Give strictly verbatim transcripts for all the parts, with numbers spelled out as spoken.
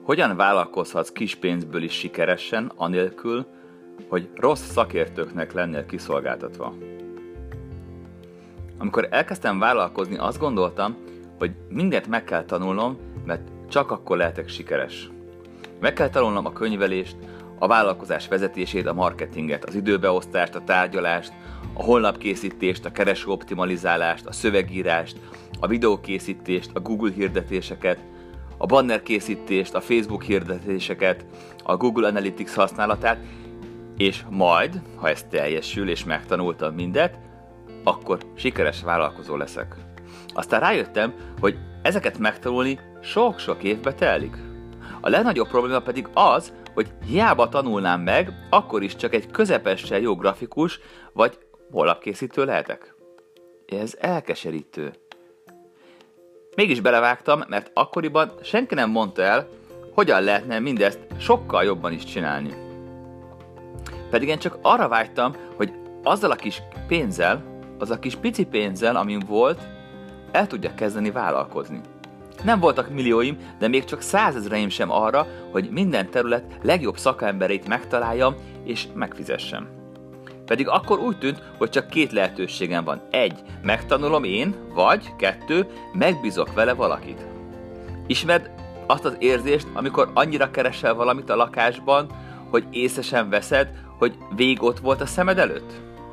Hogyan vállalkozhatsz kis pénzből is sikeresen, anélkül, hogy rossz szakértőknek lennél kiszolgáltatva? Amikor elkezdtem vállalkozni, azt gondoltam, hogy mindent meg kell tanulnom, mert csak akkor lehetek sikeres. Meg kell tanulnom a könyvelést, a vállalkozás vezetését, a marketinget, az időbeosztást, a tárgyalást, a honlapkészítést, a kereső optimalizálást, a szövegírást, a videókészítést, a Google hirdetéseket, a banner készítést, a Facebook hirdetéseket, a Google Analytics használatát, és majd, ha ez teljesül és megtanultam mindet, akkor sikeres vállalkozó leszek. Aztán rájöttem, hogy ezeket megtanulni sok-sok évbe telik. A legnagyobb probléma pedig az, hogy hiába tanulnám meg, akkor is csak egy közepesen jó grafikus vagy honlapkészítő lehetek. Ez elkeserítő. Mégis belevágtam, mert akkoriban senki nem mondta el, hogyan lehetne mindezt sokkal jobban is csinálni. Pedig én csak arra vágytam, hogy azzal a kis pénzzel, az a kis pici pénzzel, amin volt, el tudjak kezdeni vállalkozni. Nem voltak millióim, de még csak százezreim sem arra, hogy minden terület legjobb szakembereit megtaláljam és megfizessem. Pedig akkor úgy tűnt, hogy csak két lehetőségem van. Egy, megtanulom én, vagy kettő, megbízok vele valakit. Ismerd azt az érzést, amikor annyira keresel valamit a lakásban, hogy észre sem veszed, hogy végig ott volt a szemed előtt?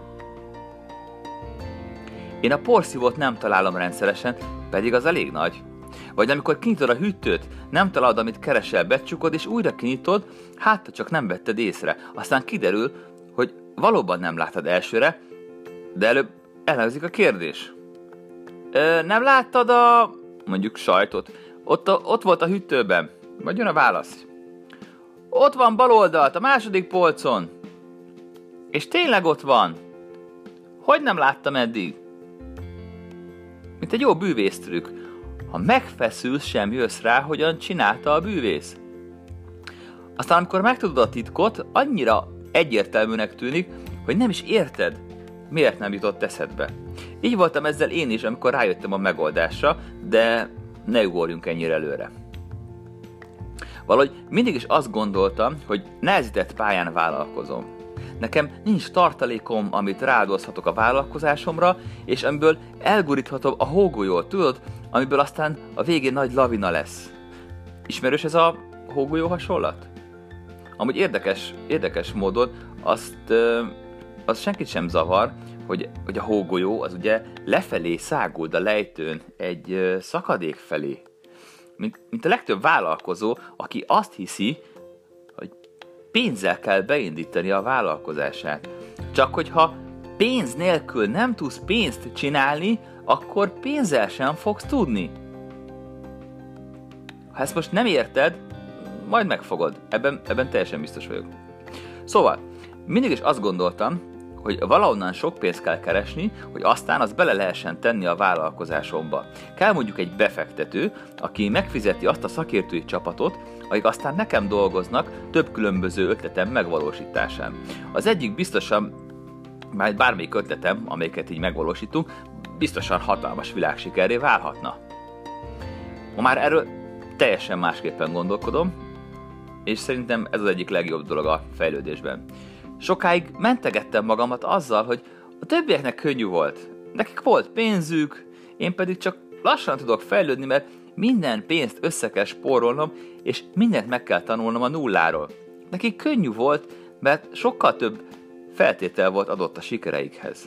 Én a porszívót nem találom rendszeresen, pedig az elég nagy. Vagy amikor kinyitod a hűtőt, nem találod, amit keresel, becsukod, és újra kinyitod, hát csak nem vetted észre. Aztán kiderül, hogy valóban nem láttad elsőre, de előbb elhangzik a kérdés. Ö, nem láttad a... mondjuk sajtot. Ott, a, ott volt a hűtőben. Vagy jön a válasz. Ott van bal oldalt, a második polcon. És tényleg ott van. Hogy nem láttam eddig? Mint egy jó bűvésztrükk. Ha megfeszülsz, sem jössz rá, hogyan csinálta a bűvész. Aztán amikor megtudod a titkot, annyira egyértelműnek tűnik, hogy nem is érted, miért nem jutott eszedbe. Így voltam ezzel én is, amikor rájöttem a megoldásra, de ne ugorjunk ennyire előre. Valahogy mindig is azt gondoltam, hogy nehezített pályán vállalkozom. Nekem nincs tartalékom, amit rááldozhatok a vállalkozásomra, és amiből elguríthatom a hógolyót, tudod, amiből aztán a végén nagy lavina lesz. Ismerős ez a hógolyó hasonlat? Amúgy érdekes, érdekes módon azt, az senkit sem zavar, hogy, hogy a hógolyó az ugye lefelé száguld a lejtőn egy szakadék felé. Mint, mint a legtöbb vállalkozó, aki azt hiszi, hogy pénzzel kell beindítani a vállalkozását. Csak hogyha pénz nélkül nem tudsz pénzt csinálni, akkor pénzzel sem fogsz tudni. Ha ezt most nem érted, majd megfogod. Ebben, ebben teljesen biztos vagyok. Szóval, mindig is azt gondoltam, hogy valahonnan sok pénzt kell keresni, hogy aztán azt bele lehessen tenni a vállalkozásomba. Kell mondjuk egy befektető, aki megfizeti azt a szakértői csapatot, akik aztán nekem dolgoznak több különböző ötletem megvalósításán. Az egyik biztosan, már bármelyik ötletem, amelyeket így megvalósítunk, biztosan hatalmas világsikerré válhatna. Ma már erről teljesen másképpen gondolkodom, és szerintem ez az egyik legjobb dolog a fejlődésben. Sokáig mentegettem magamat azzal, hogy a többieknek könnyű volt. Nekik volt pénzük, én pedig csak lassan tudok fejlődni, mert minden pénzt össze kell spórolnom, és mindent meg kell tanulnom a nulláról. Nekik könnyű volt, mert sokkal több feltétel volt adott a sikereikhez.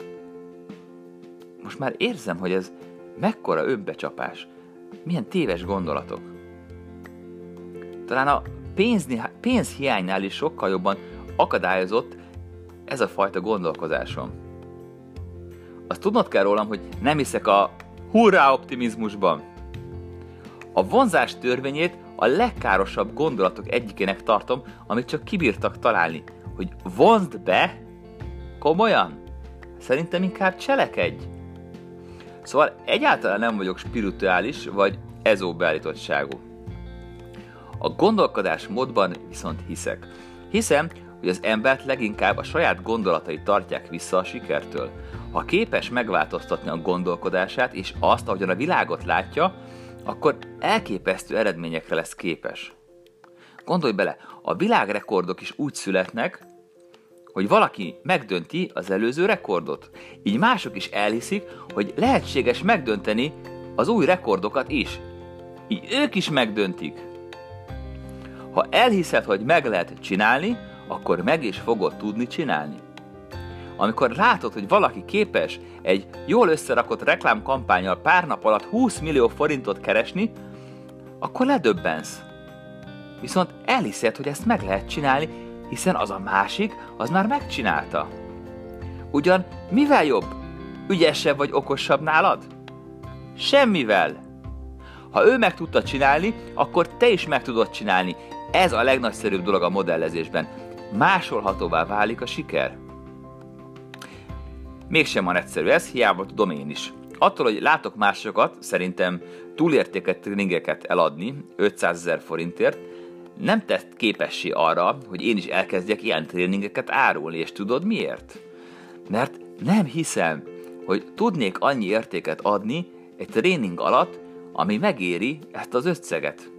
Most már érzem, hogy ez mekkora önbecsapás. Milyen téves gondolatok. Talán a pénzni, pénzhiánynál is sokkal jobban akadályozott ez a fajta gondolkozásom. Azt tudnod kell rólam, hogy nem hiszek a hurrá optimizmusban. A vonzás törvényét a legkárosabb gondolatok egyikének tartom, amit csak kibírtak találni. Hogy vonzd be? Komolyan? Szerintem inkább cselekedj. Szóval egyáltalán nem vagyok spirituális vagy ezó beállítottságú. A gondolkodás módban viszont hiszek. Hiszem, hogy az embert leginkább a saját gondolatai tartják vissza a sikertől. Ha képes megváltoztatni a gondolkodását és azt, ahogyan a világot látja, akkor elképesztő eredményekre lesz képes. Gondolj bele, a világrekordok is úgy születnek, hogy valaki megdönti az előző rekordot. Így mások is elhiszik, hogy lehetséges megdönteni az új rekordokat is. Így ők is megdöntik. Ha elhiszed, hogy meg lehet csinálni, akkor meg is fogod tudni csinálni. Amikor látod, hogy valaki képes egy jól összerakott reklámkampánnyal pár nap alatt húsz millió forintot keresni, akkor ledöbbensz. Viszont elhiszed, hogy ezt meg lehet csinálni, hiszen az a másik, az már megcsinálta. Ugyan mivel jobb? Ügyesebb vagy okosabb nálad? Semmivel. Ha ő meg tudta csinálni, akkor te is meg tudod csinálni. Ez a legnagyszerűbb dolog a modellezésben. Másolhatóvá válik a siker. Mégsem van egyszerű ez, hiába tudom én is. Attól, hogy látok másokat, szerintem túlértékelt tréningeket eladni ötszázezer forintért, nem tesz képessé arra, hogy én is elkezdjek ilyen tréningeket árulni, és tudod miért? Mert nem hiszem, hogy tudnék annyi értéket adni egy tréning alatt, ami megéri ezt az összeget.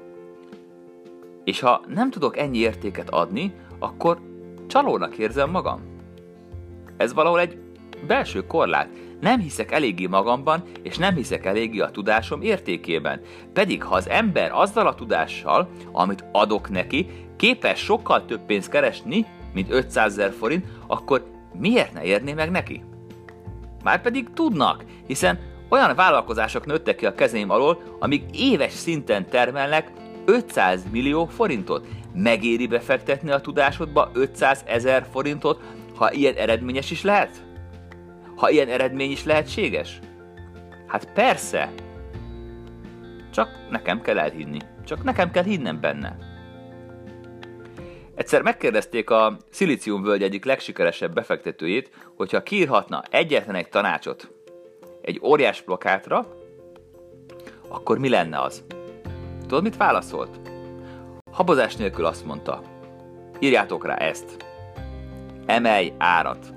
És ha nem tudok ennyi értéket adni, akkor csalónak érzem magam. Ez valahol egy belső korlát. Nem hiszek eléggé magamban, és nem hiszek eléggé a tudásom értékében. Pedig ha az ember azzal a tudással, amit adok neki, képes sokkal több pénzt keresni, mint ötszázezer forint, akkor miért ne érné meg neki? Márpedig tudnak, hiszen olyan vállalkozások nőttek ki a kezeim alól, amik éves szinten termelnek ötszáz millió forintot. Megéri befektetni a tudásodba ötszázezer forintot, ha ilyen eredményes is lehet? Ha ilyen eredmény is lehetséges? Hát persze! Csak nekem kell elhinni. Csak nekem kell hinnem benne. Egyszer megkérdezték a Szilíciumvölgy egyik legsikeresebb befektetőjét, hogyha kiírhatna egyetlen egy tanácsot egy óriás plakátra, akkor mi lenne az? Tudod, mit válaszolt? Habozás nélkül azt mondta: írjátok rá ezt. Emelj árat.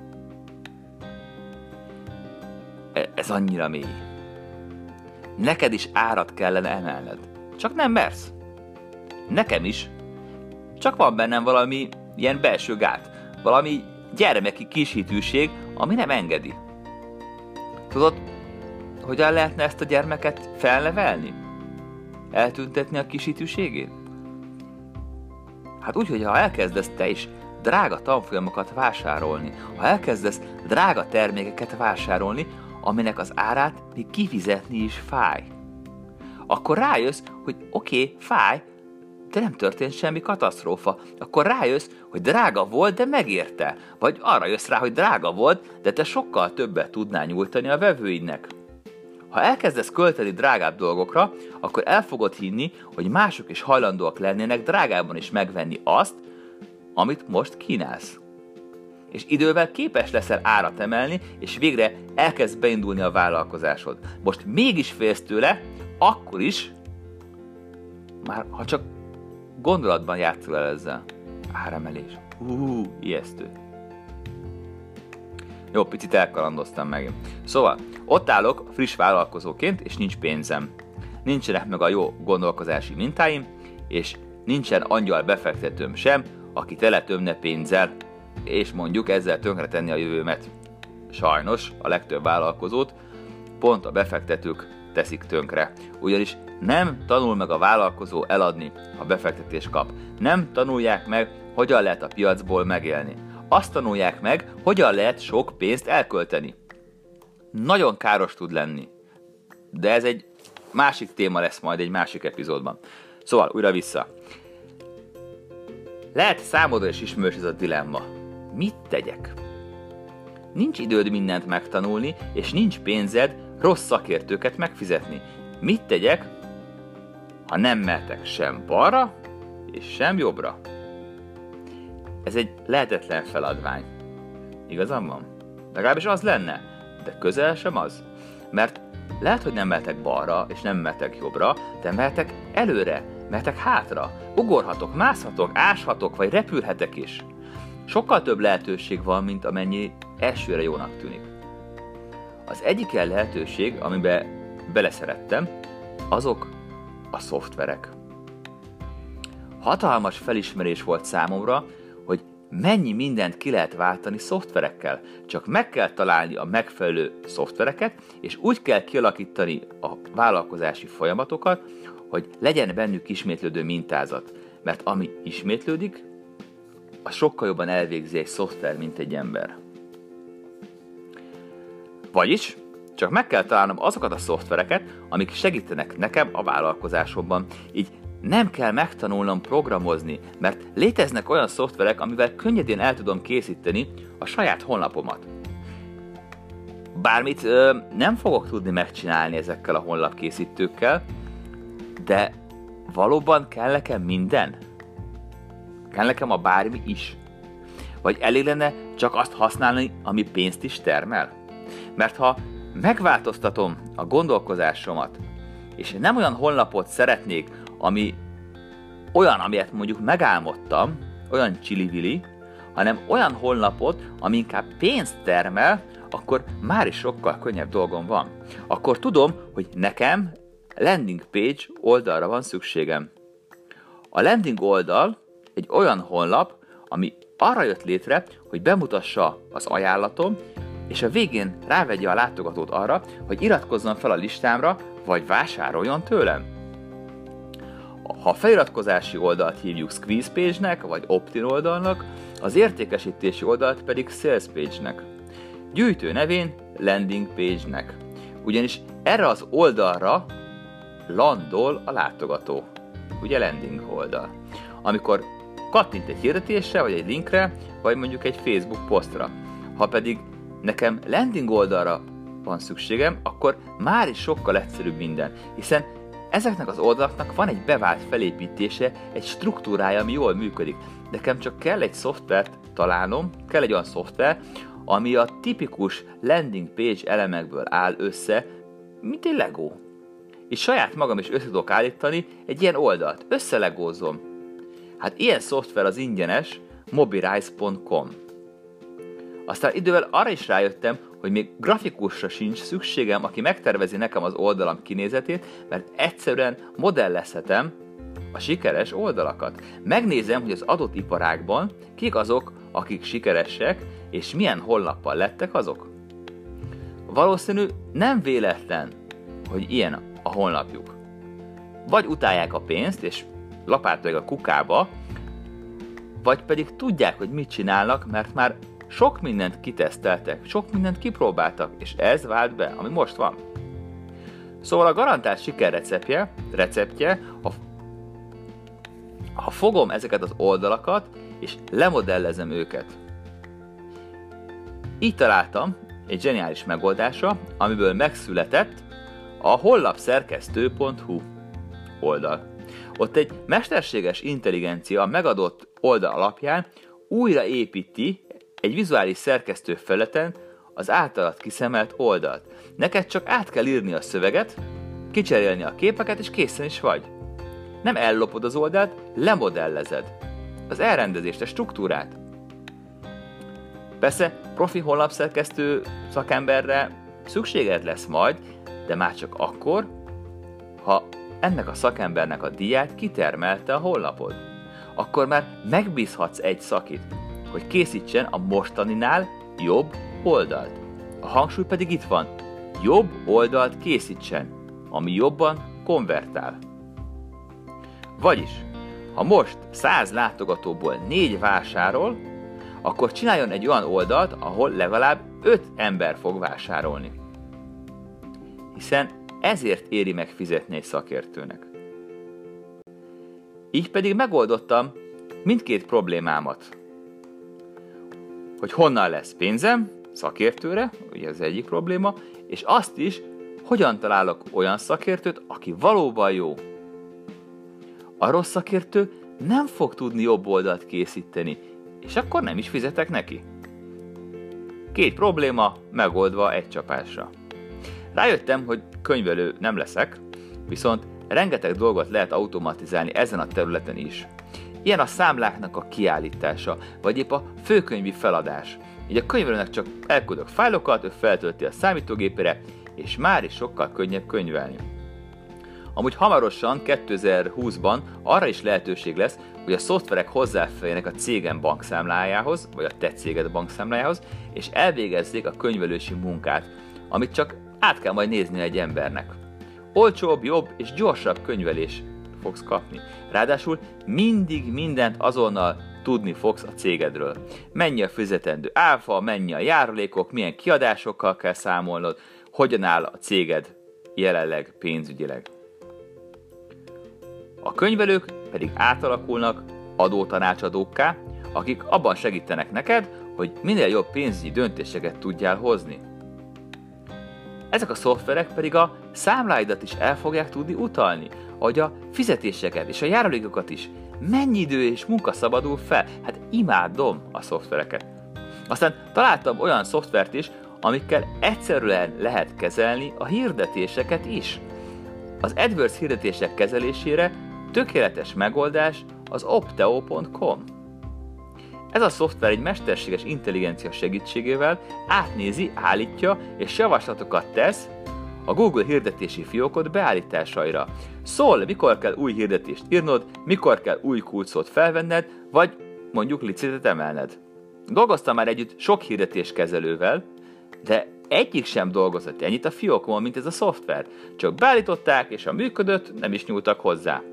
Ez annyira mély. Neked is árat kellene emelned. Csak nem mersz. Nekem is. Csak van bennem valami ilyen belső gát. Valami gyermeki kishitűség, ami nem engedi. Tudod, hogyan lehetne ezt a gyermeket felnevelni? Eltüntetni a kishitűségét? Hát úgy, hogy ha elkezdesz te is drága tanfolyamokat vásárolni, ha elkezdesz drága termékeket vásárolni, aminek az árát még kifizetni is fáj, akkor rájössz, hogy oké, okay, fáj, de nem történt semmi katasztrófa. Akkor rájössz, hogy drága volt, de megérte. Vagy arra jössz rá, hogy drága volt, de te sokkal többet tudnál nyújtani a vevőidnek. Ha elkezdesz költeni drágább dolgokra, akkor el fogod hinni, hogy mások is hajlandóak lennének drágában is megvenni azt, amit most kínálsz. És idővel képes leszel árat emelni, és végre elkezd beindulni a vállalkozásod. Most mégis félsz tőle, akkor is, már ha csak gondolatban játszol el ezzel. Áremelés. Hú, ijesztő. Jó, picit elkalandoztam megint. Szóval, ott állok friss vállalkozóként, és nincs pénzem. Nincsenek meg a jó gondolkozási mintáim, és nincsen angyal befektetőm sem, aki teletömne pénzzel, és mondjuk ezzel tönkretenni a jövőmet. Sajnos a legtöbb vállalkozót pont a befektetők teszik tönkre. Ugyanis nem tanul meg a vállalkozó eladni, ha befektetés kap. Nem tanulják meg, hogyan lehet a piacból megélni. Azt tanulják meg, hogyan lehet sok pénzt elkölteni. Nagyon káros tud lenni. De ez egy másik téma lesz majd egy másik epizódban. Szóval újra vissza. Lehet számodra is ismerős ez a dilemma. Mit tegyek? Nincs időd mindent megtanulni, és nincs pénzed rossz szakértőket megfizetni. Mit tegyek, ha nem mehetek sem balra, és sem jobbra? Ez egy lehetetlen feladvány. Igazam van? Legalábbis az lenne, de közel sem az. Mert lehet, hogy nem mehetek balra, és nem mehetek jobbra, de mehetek előre, mehetek hátra. Ugorhatok, mászhatok, áshatok, vagy repülhetek is. Sokkal több lehetőség van, mint amennyi elsőre jónak tűnik. Az egyik ilyen lehetőség, amiben beleszerettem, azok a szoftverek. hatalmas felismerés volt számomra, hogy mennyi mindent ki lehet váltani szoftverekkel. Csak meg kell találni a megfelelő szoftvereket, és úgy kell kialakítani a vállalkozási folyamatokat, hogy legyen bennük ismétlődő mintázat. Mert ami ismétlődik, az sokkal jobban elvégzi egy szoftver, mint egy ember. Vagyis csak meg kell találnom azokat a szoftvereket, amik segítenek nekem a vállalkozásomban. Így nem kell megtanulnom programozni, mert léteznek olyan szoftverek, amivel könnyedén el tudom készíteni a saját honlapomat. Bármit ö, nem fogok tudni megcsinálni ezekkel a honlapkészítőkkel, de valóban kell nekem minden? Kell nekem a bármi is? Vagy elég lenne csak azt használni, ami pénzt is termel? Mert ha megváltoztatom a gondolkozásomat, és nem olyan honlapot szeretnék, ami olyan, amilyet mondjuk megálmodtam, olyan csili-vili, hanem olyan honlapot, ami inkább pénzt termel, akkor már is sokkal könnyebb dolgom van. Akkor tudom, hogy nekem landing page oldalra van szükségem. A landing oldal egy olyan honlap, ami arra jött létre, hogy bemutassa az ajánlatom, és a végén rávegye a látogatót arra, hogy iratkozzon fel a listámra, vagy vásároljon tőlem. Ha a feliratkozási oldalt hívjuk Squeeze page-nek, vagy Opt-in oldalnak, az értékesítési oldalt pedig Sales page-nek. Gyűjtő nevén Landing page-nek. Ugyanis erre az oldalra landol a látogató. Ugye landing oldal. Amikor kattint egy hirdetésre, vagy egy linkre, vagy mondjuk egy Facebook posztra. Ha pedig nekem landing oldalra van szükségem, akkor már is sokkal egyszerűbb minden, hiszen ezeknek az oldalaknak van egy bevált felépítése, egy struktúrája, ami jól működik. Nekem csak kell egy szoftvert találnom, kell egy olyan szoftver, ami a tipikus landing page elemekből áll össze, mint egy Lego. És saját magam is össze tudok állítani egy ilyen oldalt. Összelegózom. Hát ilyen szoftver az ingyenes mobilize pont com. Aztán idővel arra is rájöttem, hogy még grafikusra sincs szükségem, aki megtervezi nekem az oldalam kinézetét, mert egyszerűen modellezhetem a sikeres oldalakat. Megnézem, hogy az adott iparágban kik azok, akik sikeresek, és milyen honlappal lettek azok. Valószínű nem véletlen, hogy ilyen a honlapjuk. Vagy utálják a pénzt, és lapátolják a kukába, vagy pedig tudják, hogy mit csinálnak, mert már sok mindent kiteszteltek, sok mindent kipróbáltak, és ez vált be, ami most van. Szóval a garantált siker receptje, receptje ha, ha fogom ezeket az oldalakat, és lemodellezem őket. Így találtam egy zseniális megoldásra, amiből megszületett a honlapszerkesztő pont hu oldal. Ott egy mesterséges intelligencia megadott oldal alapján újra építi egy vizuális szerkesztő felületen az általad kiszemelt oldalt. Neked csak át kell írni a szöveget, kicserélni a képeket, és készen is vagy. Nem ellopod az oldalt, lemodellezed az elrendezést, a struktúrát. Persze profi honlapszerkesztő szakemberre szükséged lesz majd, de már csak akkor, ha ennek a szakembernek a díját kitermelte a honlapod. Akkor már megbízhatsz egy szakit, hogy készítsen a mostaninál jobb oldalt. A hangsúly pedig itt van. Jobb oldalt készítsen, ami jobban konvertál. Vagyis, ha most száz látogatóból négy vásárol, akkor csináljon egy olyan oldalt, ahol legalább öt ember fog vásárolni. Hiszen ezért éri meg fizetni egy szakértőnek. Így pedig megoldottam mindkét problémámat. Hogy honnan lesz pénzem szakértőre, ugye az egyik probléma, és azt is, hogyan találok olyan szakértőt, aki valóban jó. A rossz szakértő nem fog tudni jobb oldalt készíteni, és akkor nem is fizetek neki. Két probléma megoldva egy csapásra. Rájöttem, hogy könyvelő nem leszek, viszont rengeteg dolgot lehet automatizálni ezen a területen is. Ilyen a számláknak a kiállítása, vagy épp a főkönyvi feladás. Így a könyvelőnek csak elküldök fájlokat, ő feltölti a számítógépére, és már is sokkal könnyebb könyvelni. Amúgy hamarosan kétezer-húszban arra is lehetőség lesz, hogy a szoftverek hozzáférjenek a cégem bankszámlájához, vagy a te céged bankszámlájához, és elvégezzék a könyvelősi munkát, amit csak át kell majd nézni egy embernek. Olcsóbb, jobb és gyorsabb könyvelés fogsz kapni. Ráadásul mindig mindent azonnal tudni fogsz a cégedről. Mennyi a fizetendő áfa, mennyi a járulékok, milyen kiadásokkal kell számolnod, hogyan áll a céged jelenleg pénzügyileg. A könyvelők pedig átalakulnak adótanácsadókká, akik abban segítenek neked, hogy minél jobb pénzügyi döntéseket tudjál hozni. Ezek a szoftverek pedig a számláidat is el fogják tudni utalni, ahogy a fizetéseket és a járulékokat is. Mennyi idő és munka szabadul fel? Hát imádom a szoftvereket. Aztán találtam olyan szoftvert is, amikkel egyszerűen lehet kezelni a hirdetéseket is. Az AdWords hirdetések kezelésére tökéletes megoldás az opteo pont com. Ez a szoftver egy mesterséges intelligencia segítségével átnézi, állítja és javaslatokat tesz a Google hirdetési fiókod beállításaira. Szól, mikor kell új hirdetést írnod, mikor kell új kulcsot felvenned, vagy mondjuk licitet emelned. Dolgoztam már együtt sok hirdetéskezelővel, de egyik sem dolgozott ennyit a fiókomon, mint ez a szoftver. Csak beállították, és ha működött, nem is nyúltak hozzá.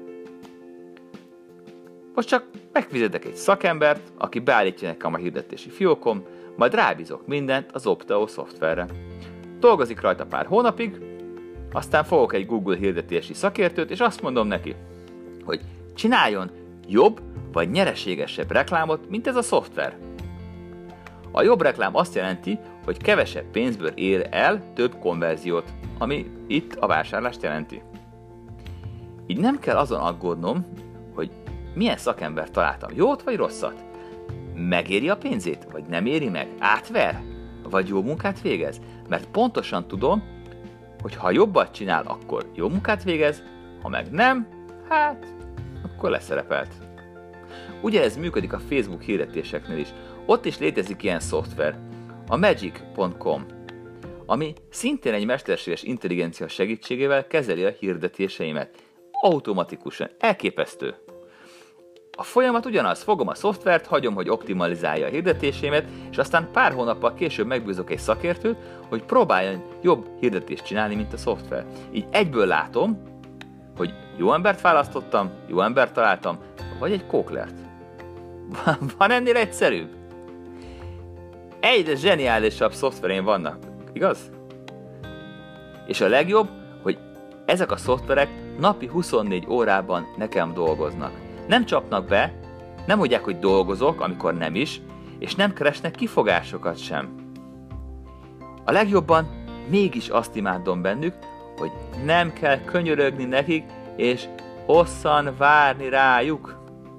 Most csak megfizetek egy szakembert, aki beállítja nekem a hirdetési fiókom, majd rábízok mindent az Opteo szoftverre. Dolgozik rajta pár hónapig, aztán fogok egy Google hirdetési szakértőt, és azt mondom neki, hogy csináljon jobb vagy nyereségesebb reklámot, mint ez a szoftver. A jobb reklám azt jelenti, hogy kevesebb pénzből ér el több konverziót, ami itt a vásárlást jelenti. Így nem kell azon aggódnom, hogy milyen szakembert találtam, jót vagy rosszat. Megéri a pénzét, vagy nem éri meg? Átver? Vagy jó munkát végez? Mert pontosan tudom, hogy ha jobbat csinál, akkor jó munkát végez, ha meg nem, hát, akkor leszerepelt. Ugye ez működik a Facebook hirdetéseknél is. Ott is létezik ilyen szoftver, a magic pont com, ami szintén egy mesterséges intelligencia segítségével kezeli a hirdetéseimet. Automatikusan. Elképesztő. A folyamat ugyanaz, fogom a szoftvert, hagyom, hogy optimalizálja a hirdetésémet, és aztán pár hónappal később megbízok egy szakértőt, hogy próbáljon jobb hirdetést csinálni, mint a szoftver. Így egyből látom, hogy jó embert választottam, jó embert találtam, vagy egy kóklert. Van ennél egyszerűbb? Egyre zseniálisabb szoftverén vannak, igaz? És a legjobb, hogy ezek a szoftverek napi huszonnégy órában nekem dolgoznak. Nem csapnak be, nem mondják, hogy dolgozok, amikor nem is, és nem keresnek kifogásokat sem. A legjobban mégis azt imádom bennük, hogy nem kell könyörögni nekik, és hosszan várni rájuk.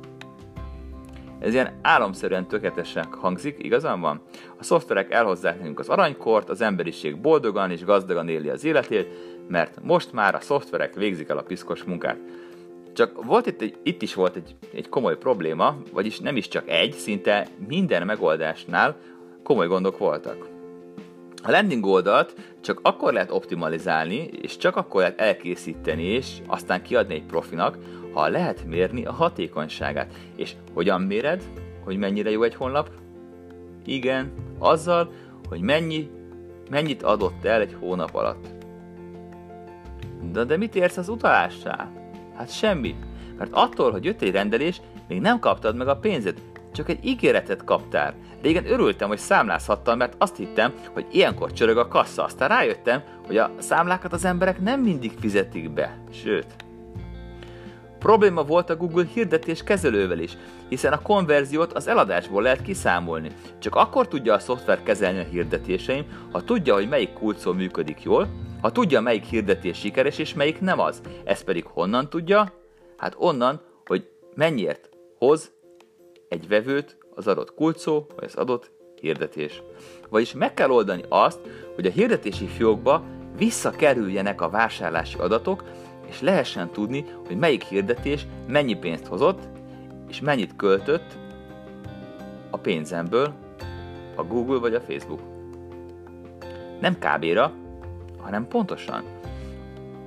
Ez ilyen álomszerűen tökéletesen hangzik, igazán van? A szoftverek elhozzák nekünk az aranykort, az emberiség boldogan és gazdagan éli az életét, mert most már a szoftverek végzik el a piszkos munkát. Csak volt itt, egy, itt is volt egy, egy komoly probléma, vagyis nem is csak egy, szinte minden megoldásnál komoly gondok voltak. A landing oldalt csak akkor lehet optimalizálni, és csak akkor lehet elkészíteni, és aztán kiadni egy profinak, ha lehet mérni a hatékonyságát. És hogyan méred, hogy mennyire jó egy honlap? Igen, azzal, hogy mennyi, mennyit adott el egy hónap alatt. De, de mit érsz az utalással? Hát semmit, mert attól, hogy jött egy rendelés, még nem kaptad meg a pénzed, csak egy ígéretet kaptál. Régen örültem, hogy számlázhattam, mert azt hittem, hogy ilyenkor csörög a kassa. Aztán rájöttem, hogy a számlákat az emberek nem mindig fizetik be. Sőt. Probléma volt a Google hirdetés kezelővel is, hiszen a konverziót az eladásból lehet kiszámolni. Csak akkor tudja a szoftver kezelni a hirdetéseim, ha tudja, hogy melyik kulcsszó működik jól, ha tudja, melyik hirdetés sikeres és melyik nem az. Ezt pedig honnan tudja? Hát onnan, hogy mennyiért hoz egy vevőt az adott kulcsszó, vagy az adott hirdetés. Vagyis meg kell oldani azt, hogy a hirdetési fiókba visszakerüljenek a vásárlási adatok, és lehessen tudni, hogy melyik hirdetés mennyi pénzt hozott, és mennyit költött a pénzemből a Google vagy a Facebook. Nem ká bé-ra, hanem pontosan.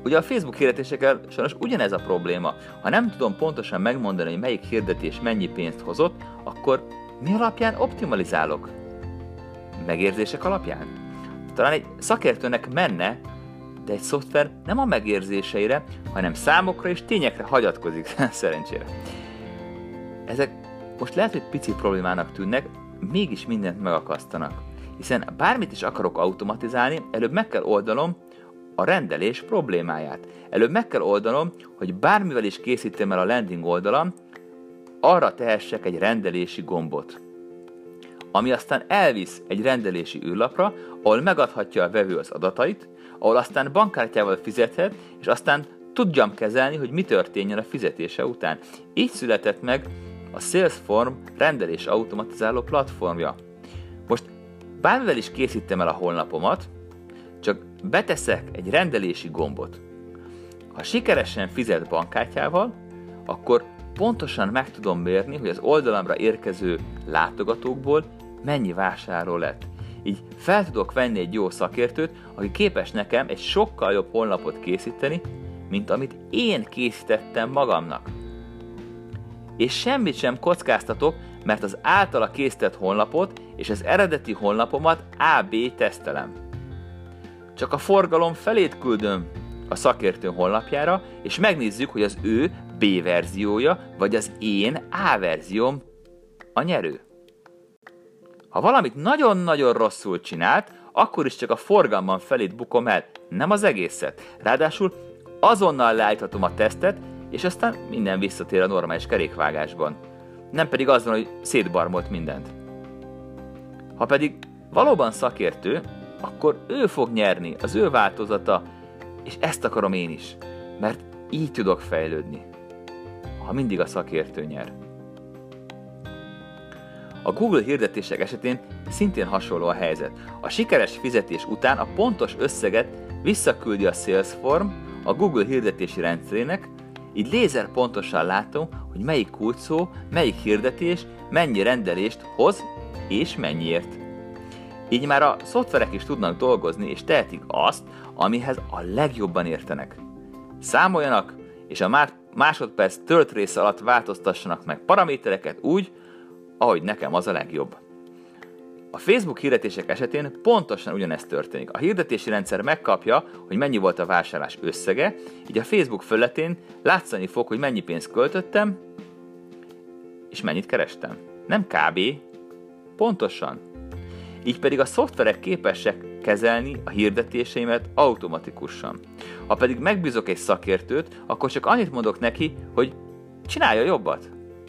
Ugye a Facebook hirdetésekkel sajnos ugyanez a probléma. Ha nem tudom pontosan megmondani, hogy melyik hirdetés mennyi pénzt hozott, akkor mi alapján optimalizálok? Megérzések alapján? Talán egy szakértőnek menne, de egy szoftver nem a megérzéseire, hanem számokra és tényekre hagyatkozik, szerencsére. Ezek most lehet, hogy pici problémának tűnnek, mégis mindent megakasztanak. Hiszen bármit is akarok automatizálni, előbb meg kell oldanom a rendelés problémáját. Előbb meg kell oldanom, hogy bármivel is készítem el a landing oldalam, arra tehessek egy rendelési gombot, ami aztán elvisz egy rendelési űrlapra, ahol megadhatja a vevő az adatait, ahol aztán bankkártyával fizethet, és aztán tudjam kezelni, hogy mi történjen a fizetése után. Így született meg a Salesforce rendelés automatizáló platformja. Most bármivel is készítem el a honlapomat, csak beteszek egy rendelési gombot. Ha sikeresen fizet bankkártyával, akkor pontosan meg tudom mérni, hogy az oldalamra érkező látogatókból mennyi vásárló lett. Így fel tudok venni egy jó szakértőt, aki képes nekem egy sokkal jobb honlapot készíteni, mint amit én készítettem magamnak. És semmit sem kockáztatok, mert az általa készített honlapot és az eredeti honlapomat á bé tesztelem. Csak a forgalom felét küldöm a szakértő honlapjára, és megnézzük, hogy az ő B verziója, vagy az én A verzióm a nyerő. Ha valamit nagyon-nagyon rosszul csinált, akkor is csak a forgalman felét bukom el, nem az egészet. Ráadásul azonnal leállíthatom a tesztet, és aztán minden visszatér a normális kerékvágásban. Nem pedig az van, hogy szétbarmolt mindent. Ha pedig valóban szakértő, akkor ő fog nyerni, az ő változata, és ezt akarom én is, mert így tudok fejlődni, ha mindig a szakértő nyer. A Google hirdetések esetén szintén hasonló a helyzet. A sikeres fizetés után a pontos összeget visszaküldi a Salesforce a Google hirdetési rendszerének, így lézer pontosan látom, hogy melyik kulcsszó, melyik hirdetés, mennyi rendelést hoz és mennyiért. Így már a szoftverek is tudnak dolgozni, és tehetik azt, amihez a legjobban értenek. Számoljanak, és a másodperc tölt része alatt változtassanak meg paramétereket úgy, ahogy nekem az a legjobb. A Facebook hirdetések esetén pontosan ugyanezt történik. A hirdetési rendszer megkapja, hogy mennyi volt a vásárlás összege, így a Facebook felületén látszani fog, hogy mennyi pénzt költöttem, és mennyit kerestem. Nem kb. Pontosan. Így pedig a szoftverek képesek kezelni a hirdetéseimet automatikusan. Ha pedig megbízok egy szakértőt, akkor csak annyit mondok neki, hogy csinálja jobbat.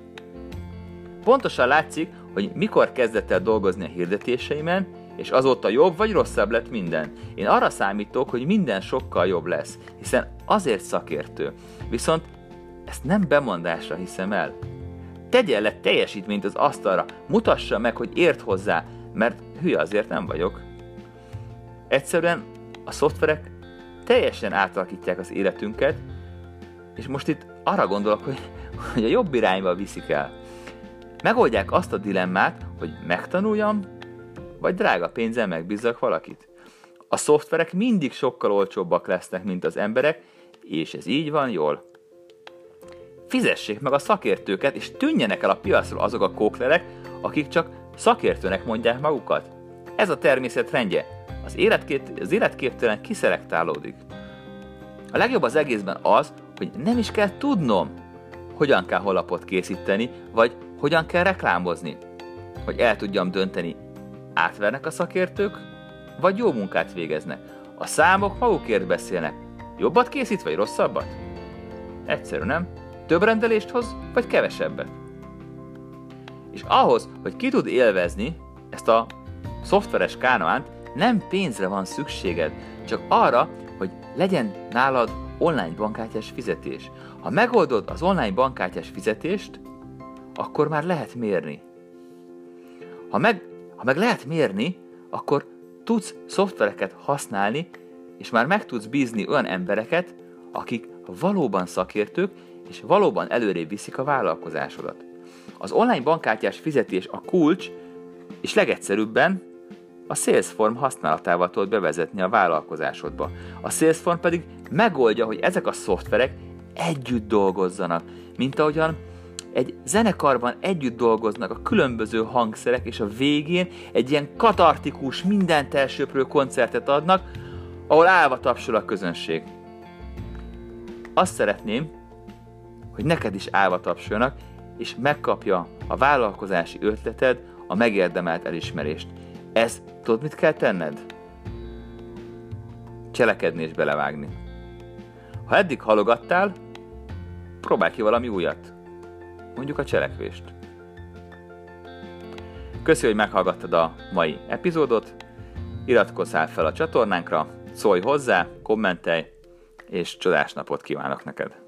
Pontosan látszik, hogy mikor kezdett el dolgozni a hirdetéseimen, és azóta jobb vagy rosszabb lett minden. Én arra számítok, hogy minden sokkal jobb lesz, hiszen azért szakértő. Viszont ezt nem bemondásra hiszem el. Tegyen le teljesítményt az asztalra, mutassa meg, hogy ért hozzá, mert hülye azért nem vagyok. Egyszerűen a szoftverek teljesen átalakítják az életünket, és most itt arra gondolok, hogy, hogy a jobb irányba viszik el. Megoldják azt a dilemmát, hogy megtanuljam, vagy drága pénzzel megbízzak valakit. A szoftverek mindig sokkal olcsóbbak lesznek, mint az emberek, és ez így van jól. Fizessék meg a szakértőket, és tűnjenek el a piacról azok a kóklerek, akik csak szakértőnek mondják magukat. Ez a természet rendje. Az, életkép, az életképtelen kiszelektálódik. A legjobb az egészben az, hogy nem is kell tudnom, hogyan kell honlapot készíteni, vagy hogyan kell reklámozni. Hogy el tudjam dönteni, átvernek a szakértők, vagy jó munkát végeznek. A számok magukért beszélnek. Jobbat készít, vagy rosszabbat? Egyszerű, nem? Több rendelést hoz, vagy kevesebbet? És ahhoz, hogy ki tud élvezni ezt a szoftveres kánoánt, nem pénzre van szükséged, csak arra, hogy legyen nálad online bankkártyás fizetés. Ha megoldod az online bankkártyás fizetést, akkor már lehet mérni. Ha meg, ha meg lehet mérni, akkor tudsz szoftvereket használni, és már meg tudsz bízni olyan embereket, akik valóban szakértők, és valóban előrébb viszik a vállalkozásodat. Az online bankkártyás fizetés a kulcs, és legegyszerűbben a Salesforce használatával tudod bevezetni a vállalkozásodba. A Salesforce pedig megoldja, hogy ezek a szoftverek együtt dolgozzanak, mint ahogyan egy zenekarban együtt dolgoznak a különböző hangszerek, és a végén egy ilyen katartikus, mindent elsöprő koncertet adnak, ahol állva tapsol a közönség. Azt szeretném, hogy neked is állva tapsoljanak, és megkapja a vállalkozási ötleted a megérdemelt elismerést. Ez tudod, mit kell tenned? Cselekedni és belevágni. Ha eddig halogattál, próbálj ki valami újat. Mondjuk a cselekvést. Köszi, hogy meghallgattad a mai epizódot. Iratkozzál fel a csatornánkra, szólj hozzá, kommentelj, és csodás napot kívánok neked!